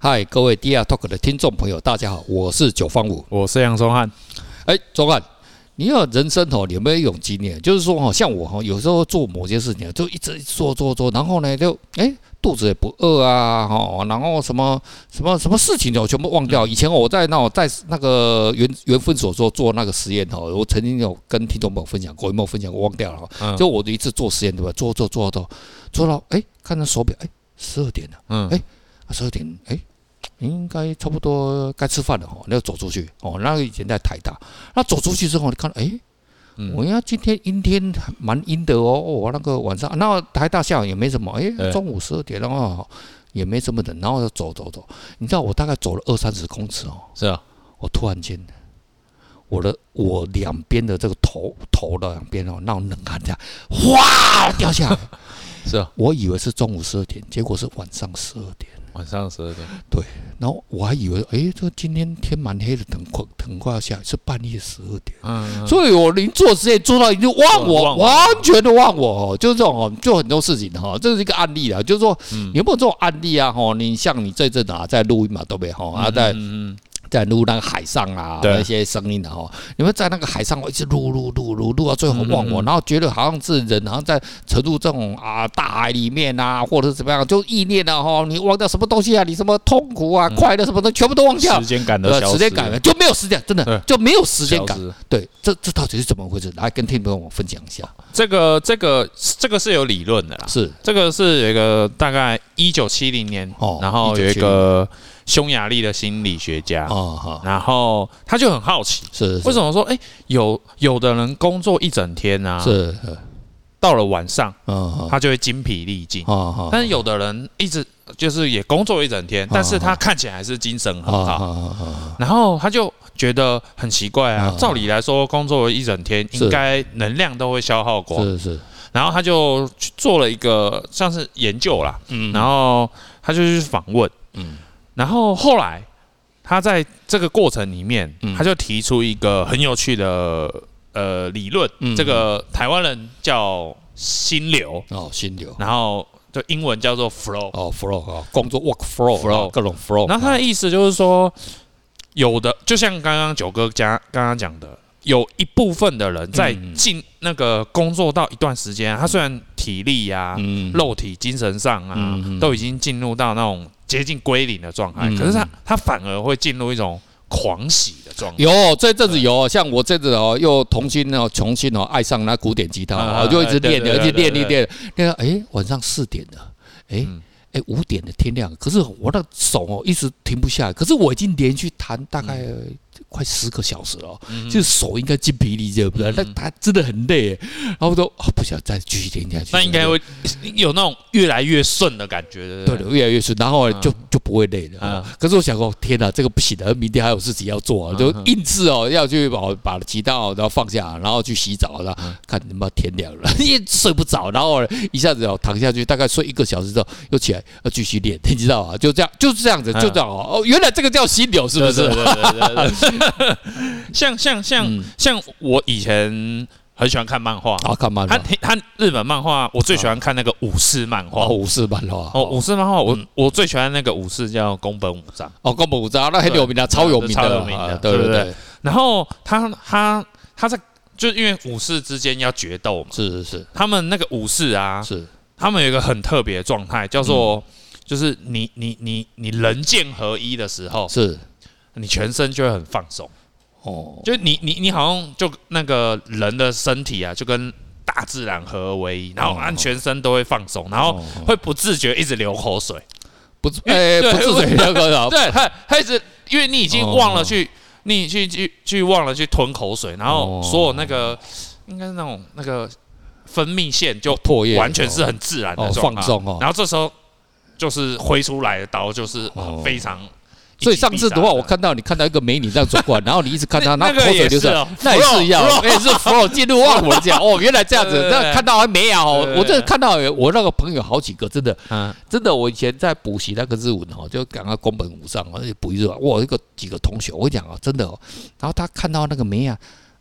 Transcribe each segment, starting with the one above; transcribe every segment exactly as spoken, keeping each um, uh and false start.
嗨，各位 D R Talk 的听众朋友，大家好，我是九方五， 我是杨宗翰。 哎，宗翰，你要人生哦，有没有一种经验，就是说哈，像我哈，有时候做某件事情，就一直做做做，然后呢，就哎肚子也不饿啊，哈，然后什么什么什么事情我全部忘掉。以前我在那在那个原原分所做做那个实验哈，我曾经有跟听众朋友分享过，有没有分享过？忘掉了哈。就我一次做实验对吧？做做做到做到哎，看着手表哎，十二点了，嗯，哎，十二点哎。应该差不多该吃饭了哈，那就走出去哦。那个以前在台大，那走出去之后，你看，哎、欸，嗯、我要今天阴天蛮阴的哦。我、哦、那个晚上，那台大下午也没什么，哎、欸，中午十二点，然后也没什么人，然后就走走走。你知道我大概走了二三十公尺哦。 是啊， 我突然间，我的我两边的这个头头的两边哦，那种冷汗这样，哗掉下来。 是啊， 我以为是中午十二点，结果是晚上十二点。 晚上十二点， 对，然后我还以为，哎，这今天天蛮黑的，等快等快要下雨，是半夜十二点，嗯嗯，所以我临做实验做到已经忘我，完全的忘我哦，就是这种哦，就很多事情哈，这是一个案例啦，就是说，嗯、有没有这种案例啊？哈，你像你这阵啊，在录音嘛，对不对？哈，啊，在。嗯嗯在录那个海上啊，那些声音的哈，你们在那个海上一直录录录录录到最后忘我，然后觉得好像是人好像在沉入这种啊大海里面啊，或者是怎么样，就意念啊哈，你忘掉什么东西啊？你什么痛苦啊、快乐什么的全部都忘掉， 时间感都消失了， 时间感就没有时间，真的就没有时间感。对，这这到底是怎么回事？来跟听众朋友分享一下。 这个这个这个是有理论的啦， 是这个是有一个大概一九七零年，哦、然后有一个。匈牙利的心理学家，哦、然后他就很好奇， 是为什么说，哎、欸，有有的人工作一整天啊， 是到了晚上， 哦、 他就会精疲力尽， 哦、 但是有的人一直就是也工作一整天，哦、但是他看起来还是精神很好， 哦、 然后他就觉得很奇怪啊，哦、照理来说，工作一整天应该能量都会消耗光， 是是， 然后他就去做了一个像是研究啦，嗯，然后他就去访问，嗯。然后后来，他在这个过程里面，嗯、他就提出一个很有趣的呃理论，嗯、这个台湾人叫心流哦，心流， 然后就英文叫做 flow 哦 flow 哦，工作 work flow flow 各种 flow。 然后他的意思就是说，有的就像刚刚九哥家刚刚讲的，有一部分的人在进那个工作到一段时间，他虽然体力啊、嗯、肉体、精神上啊，嗯、都已经进入到那种。接近归零的状态，嗯、可是他他反而会进入一种狂喜的状态。 有这阵子有，像我这阵子哦，又重新哦，重新哦爱上那古典吉他，我、嗯、就一直练，而且练一练，练到哎晚上四点了，哎哎五点的天亮，可是我的手哦一直停不下来，可是我已经连续弹大概。嗯快十个小时了，嗯、就是手应该筋疲力尽，不是？那、嗯、他真的很累，然后说啊，不想再继续练下去。 那应该会有那种越来越顺的感觉， 对的，越来越顺，然后就、嗯、就不会累了。嗯、可是我想说，天哪，这个不行的，明天还有事情要做、啊，就硬是哦要去把把吉他然后放下，然后去洗澡，然后看他妈天亮了，也睡不着，然后一下子哦躺下去，大概睡一个小时之后又起来要继续练，你知道吗？就这样，就是这样子，就这样哦。哦，原来这个叫心流，是不是？ 对对对对对。像像像、嗯、像我以前很喜欢看漫画， 啊，看漫画， 他他日本漫画，我最喜欢看那个武士漫画。 哦，武士漫画， 哦，武士漫画，我、嗯、我最喜欢那个武士叫宫本武藏。 哦，宫本武藏，那很有名的，超有名的， 超有名的，对对对。然后他他他在就因为武士之间要决斗嘛， 是是是， 他们那个武士啊， 是他们有一个很特别的状态，叫做、嗯、就是你你你你人剑合一的时候， 是。 你全身就会很放松，哦，就你你你好像就那个人的身体啊，就跟大自然合而为一，然后按全身都会放松，然后会不自觉一直流口水， 不，哎，不自觉流口水， 对，他他一直，因为你已经忘了去，你去去去忘了去吞口水，然后所有那个应该是那种那个分泌腺就唾液， 完全是很自然的放松哦， 然后这时候就是挥出来的刀就是非常。 所以上次的话，我看到你看到一个美女这样走过来，然后你一直看她，然后口水流出来，那也是一样，也是 flow 进入忘我这样。哦，原来这样子，那看到还没有哦。我这看到我那个朋友好几个，真的，真的，我以前在补习那个日文哦，就讲到宫本武藏，而且补一日，我一个几个同学，我讲啊，真的哦，然后他看到那个美啊。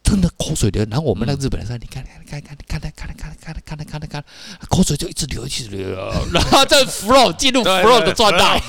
真的口水流，然后我们那个日本人说，你看看看看看看看看看看看看看看，口水就一直流一直流，然后这 flow 进入 flow 的状态，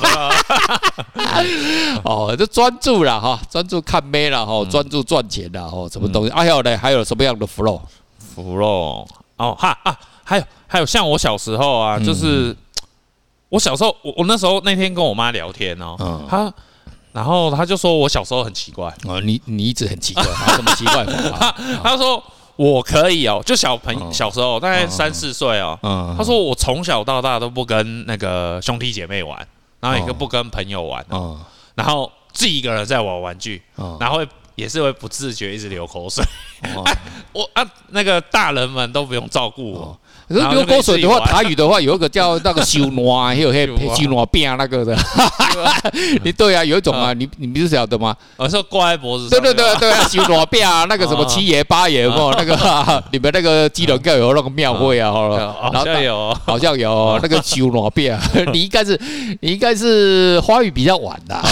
哦，就专注了哈，专注看妹了哈，专注赚钱了哈，什么东西？还有呢，还有什么样的 flow？flow 哦哈啊，还有还有像我小时候啊，就是我小时候，我我那时候那天跟我妈聊天哦，她。然后他就说我小时候很奇怪哦，你你一直很奇怪，什么奇怪法？ 他说我可以哦，就小朋友小时候大概三四岁哦，他说我从小到大都不跟那个兄弟姐妹玩，然后也不跟朋友玩哦，然后自己一个人在玩玩具，然后也是会不自觉一直流口水。我啊，那个大人们都不用照顾我。 可是流口水的话，台语的话有一个叫那个修暖，还有黑修暖饼那个的。你对啊，有一种啊，你你不是晓得吗？ 我说挂在脖子上。 对对对对啊，修暖饼啊，那个什么七爷八爷哦，那个你们那个基隆教有那个庙会啊， 好像有， 好像有那个修暖饼。你应该是你应该是华语比较晚的。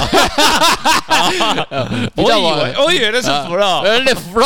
我以为我以为那是腐肉， 那腐肉。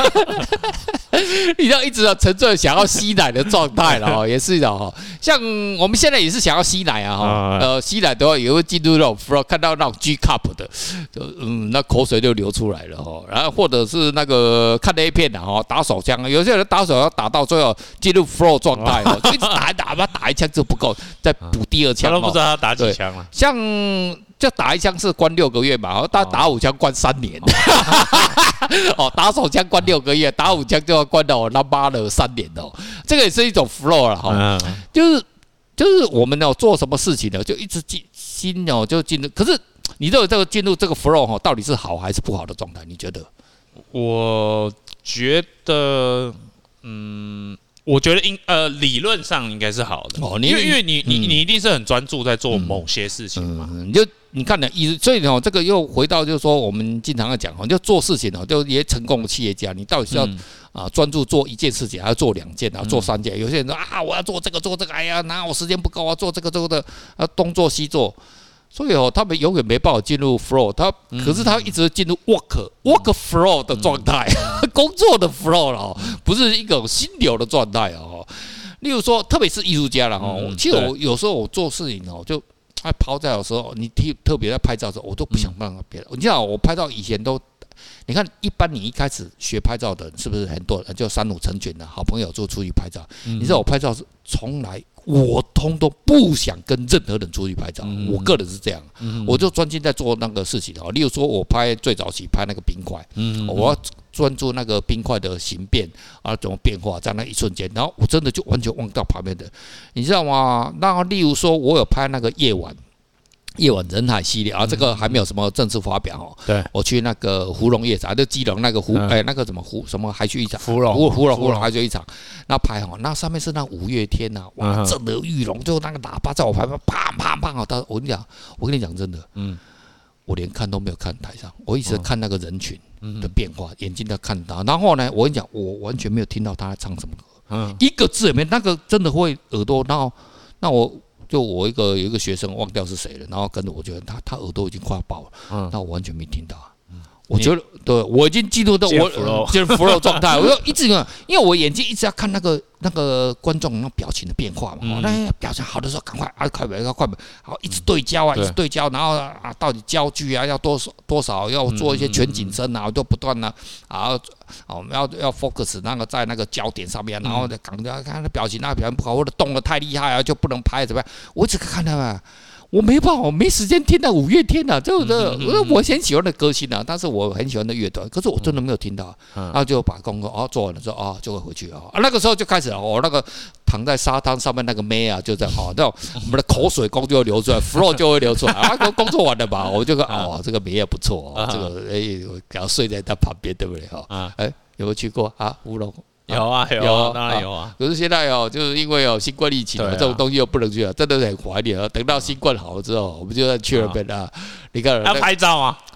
你要一直沉醉想要吸奶的状态了哈，也是的哈。像我们现在也是想要吸奶啊哈，呃，吸奶的话也会进入那种 flow， 看到那种 G cup 的，就嗯，那口水就流出来了哈。然后或者是那个看 A 片的哈，打手枪，有些人打手枪打到最后进入 flow 状态哦，就一直打一打，把打一枪就不够，再补第二枪。 他都不知道他打几枪了。 像就打一枪是关六个月嘛，打打五枪关三年。哦，打手枪关六个月，打五枪就要关到我他妈的三年哦。这个也是一种 flow 了哈，就是就是我们哦做什么事情呢，就一直进心哦就进入。可是你认为这个进入这个 flow 哈，到底是好还是不好的状态？你觉得？ 我觉得，嗯。我觉得应呃理论上应该是好的，哦、因为因为你你你一定是很专注在做某些事情嘛， 嗯嗯、你就你看呢，所以哦，这个又回到就是说我们经常要讲哦，就做事情哦，就也成功的企业家，你到底是要、嗯、啊专注做一件事情，还要做两件啊，做三件？有些人说啊，我要做这个做这个，哎呀，哪有时间不够啊，做这个做这个，啊东做西做。所以哦，他们永远没办法进入 flow， 他可是他一直进入 work work flow 的状态，嗯、工作的 flow 了哦，不是一种心流的状态哦。例如说，特别是艺术家了哦，嗯、其实我有时候我做事情哦，就爱抛照的时候，你特特别在拍照的时候，我都不想办法别的。你知道我拍照以前都。你看，一般你一开始学拍照的人，是不是很多人就三五成群的好朋友就出去拍照？嗯、你知道我拍照是从来我通通不想跟任何人出去拍照，嗯、我个人是这样，嗯、我就专心在做那个事情哦。例如说，我拍最早期拍那个冰块，嗯、我要专注那个冰块的形变啊，怎么变化，在那一瞬间，然后我真的就完全忘到旁边的，你知道吗？那例如说，我有拍那个夜晚。夜晚人海系列啊，这个还没有什么正式发表哦。 对， 我去那个芙蓉夜场，就基隆那个湖，哎、欸，那个什么湖，什么海区一场， 芙蓉， 芙芙蓉芙蓉海区一场，那拍哦，那上面是那五月天呐、啊，哇，震耳欲聋，就那个喇叭在我旁边，啪啪啪哦，我跟你讲，我跟你讲真的，嗯，我连看都没有看台上，我一直看那个人群的变化，眼睛在看他，然后呢，我跟你讲，我完全没有听到他在唱什么歌，嗯，一个字也没，那个真的会耳朵，然后那我。就我一个有一个学生忘掉是谁了，然后跟着我觉得他他耳朵已经快要爆了，嗯，那我完全没听到、啊，嗯、我觉得对我已经进入到我就是 flow 状态，我就一直因为我眼睛一直要看那个那个观众那表情的变化嘛，嗯、那表情好的时候赶快啊快门要快门，好一直对焦啊，一直对焦，然后啊到底焦距啊要多少多少要做一些全景声啊，都不断呢啊。我们要要 focus 那个在那个焦点上面，然后赶着看他表情，那个表情不好或者动得太厉害啊，就不能拍怎么样？我只看他嘛，我没办法，我没时间听到五月天啊，这个我很喜欢的歌星啊，但是我很喜欢的乐团，可是我真的没有听到，然后就把工作哦做完了之后啊就会回去啊，那个时候就开始了，我那个躺在沙滩上面那个妹啊就在哦，那我们的口水功就会流出来 ，flow 就会流出来啊，工作完了吧，我就说哦这个妹也不错哦，这个哎我给他睡在他旁边对不对哈？哎有没有去过啊乌龙？ 有啊有啊，有当然有啊。 可是现在哦，就是因为哦新冠疫情，这种东西又不能去了，真的是很怀念啊。等到新冠好了之后，我们就再去那边啊。你看， 要拍照吗？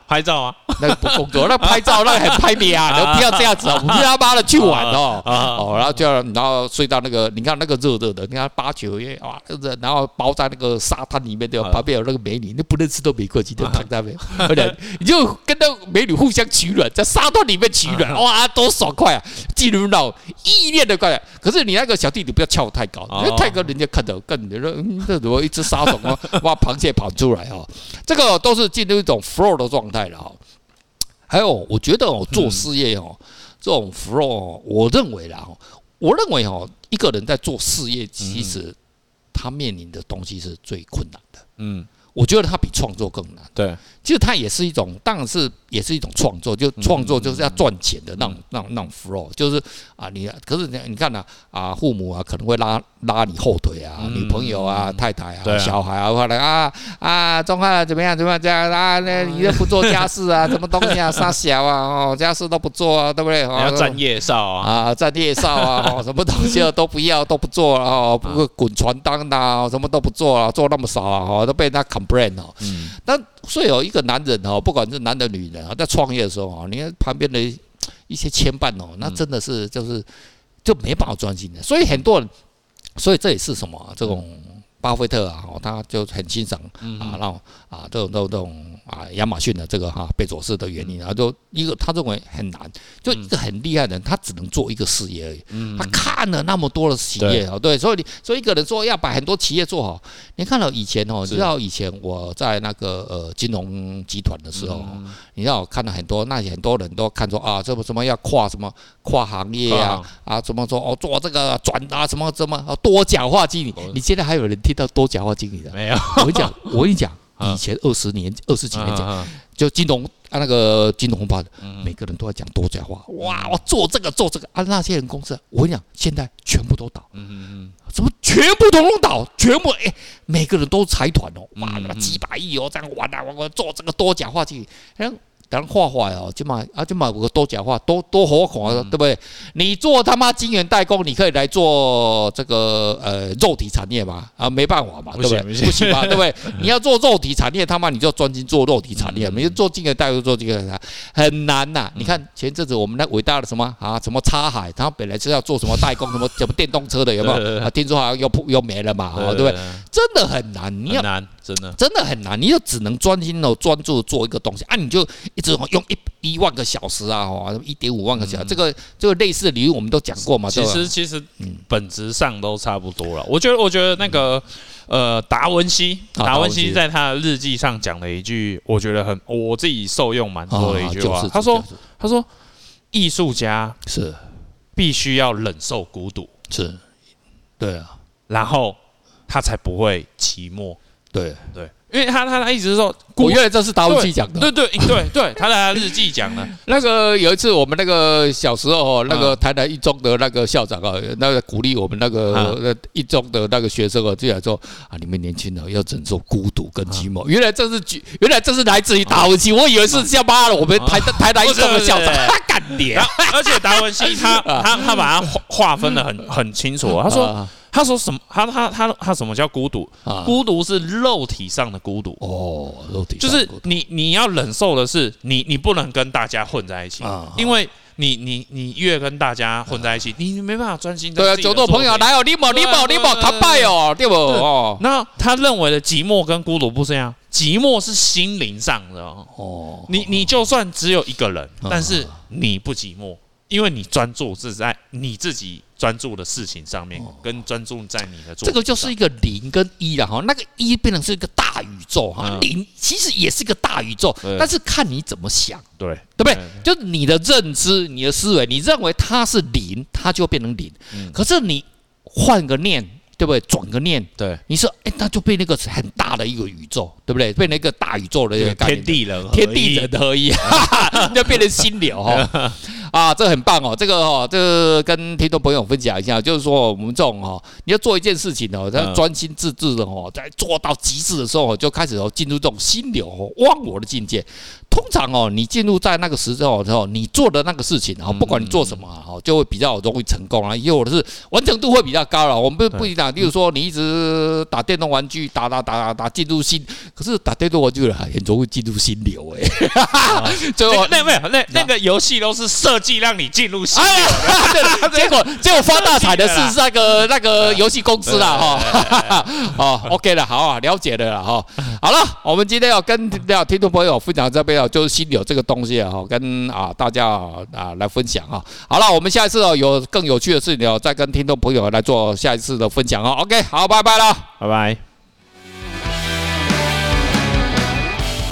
拍照啊， 那个不工作，那拍照那个很拍你啊，你不要这样子啊，我们他妈的去玩哦，哦，然后就然后睡到那个，你看那个热热的，你看八九月哇，然后包在那个沙滩里面，对吧？旁边有那个美女，你不认识都没关系，就躺在那边，而且你就跟那美女互相取暖，在沙滩里面取暖，哇，多爽快啊！进入到意念的快乐。可是你那个小弟弟不要翘太高，太高人家看到更你说，嗯，这怎么一只沙虫啊，哇，螃蟹跑出来哦，这个都是进入一种 flow 的状态了哈。还有，我觉得哦，做事业哦，这种 flow， 我认为啦，我认为哦，一个人在做事业，其实他面临的东西是最困难的。嗯，我觉得他比创作更难。 对， 其实它也是一种，当然是也是一种创作，就创作就是要赚钱的那种、那种、那种 flow， 就是啊，你可是你看呢啊，父母啊可能会拉拉你后腿啊，女朋友啊、太太啊、小孩啊，后来啊啊，钟汉怎么样怎么样这样啊，那你又不做家事啊，什么东西啊，傻小啊，哦，家事都不做啊，对不对？ 要站夜哨啊， 啊，站夜哨啊，哦，什么东西都不要，都不做了哦，不滚传单啊，什么都不做了，做那么少啊，哦，都被人家 complain 哦。嗯，但所以有一个男人哦，不管是男的女人啊，在创业的时候啊，你看旁边的一些牵绊哦，那真的是就是就没办法专心的。所以很多人，所以这也是什么、啊、这种巴菲特啊，他就很欣赏啊，然后啊这种这种这种啊亚马逊的这个哈、啊、贝佐斯的原因，然后就一个他认为很难，就一个很厉害的人，他只能做一个事业而已。他看了那么多的企业啊，对，所以你所以一个人说要把很多企业做好，你看到以前哦，你知道以前我在那个呃金融集团的时候，你知道我看到很多那很多人都看说啊，什么什么要跨什么跨行业啊啊，怎么说哦做这个转啊什么什么多角化经理，你现在还有人听到多角化经理的没有？ 我跟你讲，我跟你讲。以前二十年、二十几年前，就金融啊那个金融发的，每个人都在讲多角化。哇，我做这个做这个啊，那些人公司，我跟你讲，现在全部都倒。嗯嗯嗯，怎么全部都能倒？全部哎，每个人都财团哦，哇，那么几百亿哦，这样玩啊，我做这个多角化经理，当然画画哦，就嘛啊就嘛有个多角化，多多好看，对不对？你做他妈晶圆代工，你可以来做这个呃肉体产业嘛？啊，没办法嘛，对不对？不行嘛，对不对？你要做肉体产业，他妈你就专心做肉体产业，你就做晶圆代工做晶圆代工很难呐。你看前阵子我们那伟大的什么啊，什么插海，他本来是要做什么代工，什么什么电动车的，有没有？啊，听说好像又又没了嘛，对不对？真的很难，你要难，真的真的很难，你就只能专心的专注做一个东西啊，你就一直用一一万个小时啊，哦，一点五万个小时，这个这个类似的理论我们都讲过嘛。 其实其实本质上都差不多了。我觉得我觉得那个呃达文西，达文西在他的日记上讲了一句，我觉得很我自己受用蛮多的一句话。他说他说艺术家是必须要忍受孤独， 是，对啊， 然后他才不会寂寞。 对对，因为他他他一直说， 我原来这是达文西讲的， 对对对对，他在他日记讲的。 那个有一次我们那个小时候，那个台南一中的那个校长啊，那个鼓励我们那个一中的那个学生啊，就来说啊，你们年轻人要忍受孤独跟寂寞。原来这是原来这是来自于达文西，我以为是像妈的我们台台南一中的校长，他干脸。 而且达文西他他他把它划分的很很清楚，他说。他说什么？他他他他什么叫孤独？啊、孤独是肉体上的孤独哦，肉体就是你你要忍受的是你你不能跟大家混在一起，啊、因为你你你越跟大家混在一起，啊、你没办法专心。 对啊，酒肉朋友来哦，你某你某你某卡拜哦，对不？哦， 那他认为的寂寞跟孤独不是这样，寂寞是心灵上的哦。你你就算只有一个人，但是你不寂寞。因为你专注是在你自己专注的事情上面，跟专注在你的做， 这个就是一个零跟一了哈。那个一变成是一个大宇宙哈，零其实也是一个大宇宙，但是看你怎么想， 对对不对？就你的认知、你的思维，你认为它是零，它就变成零。可是你换个念。对不对？转个念， 对， 你说，哎，那就被那个很大的一个宇宙，对不对？被那个大宇宙的一个概念， 天地人天地人合一，就变成心流哈。 啊，这很棒哦，这个哦，这个跟听众朋友分享一下，就是说我们这种哦，你要做一件事情哦，在专心致志的哦，在做到极致的时候，就开始哦进入这种心流哦忘我的境界。通常哦，你进入在那个时候之后，你做的那个事情啊，不管你做什么啊，就会比较容易成功啊，因为我的是完成度会比较高了。我们不不一定讲，例如说你一直打电动玩具，打打打打打进入心，可是打电动玩具很容易进入心流哎。最后那没有那那个游戏都是设计让你进入心流的， 结果结果发大财的是那个那个游戏公司啦哈。哦 ，OK 了，好啊，了解了啦哈。好了，我们今天要跟听众朋友分享这边。就是心流这个东西啊，跟啊大家啊来分享啊。好了，我们下一次哦有更有趣的事情哦，再跟听众朋友来做下一次的分享哦。OK， 好，拜拜了， 拜拜。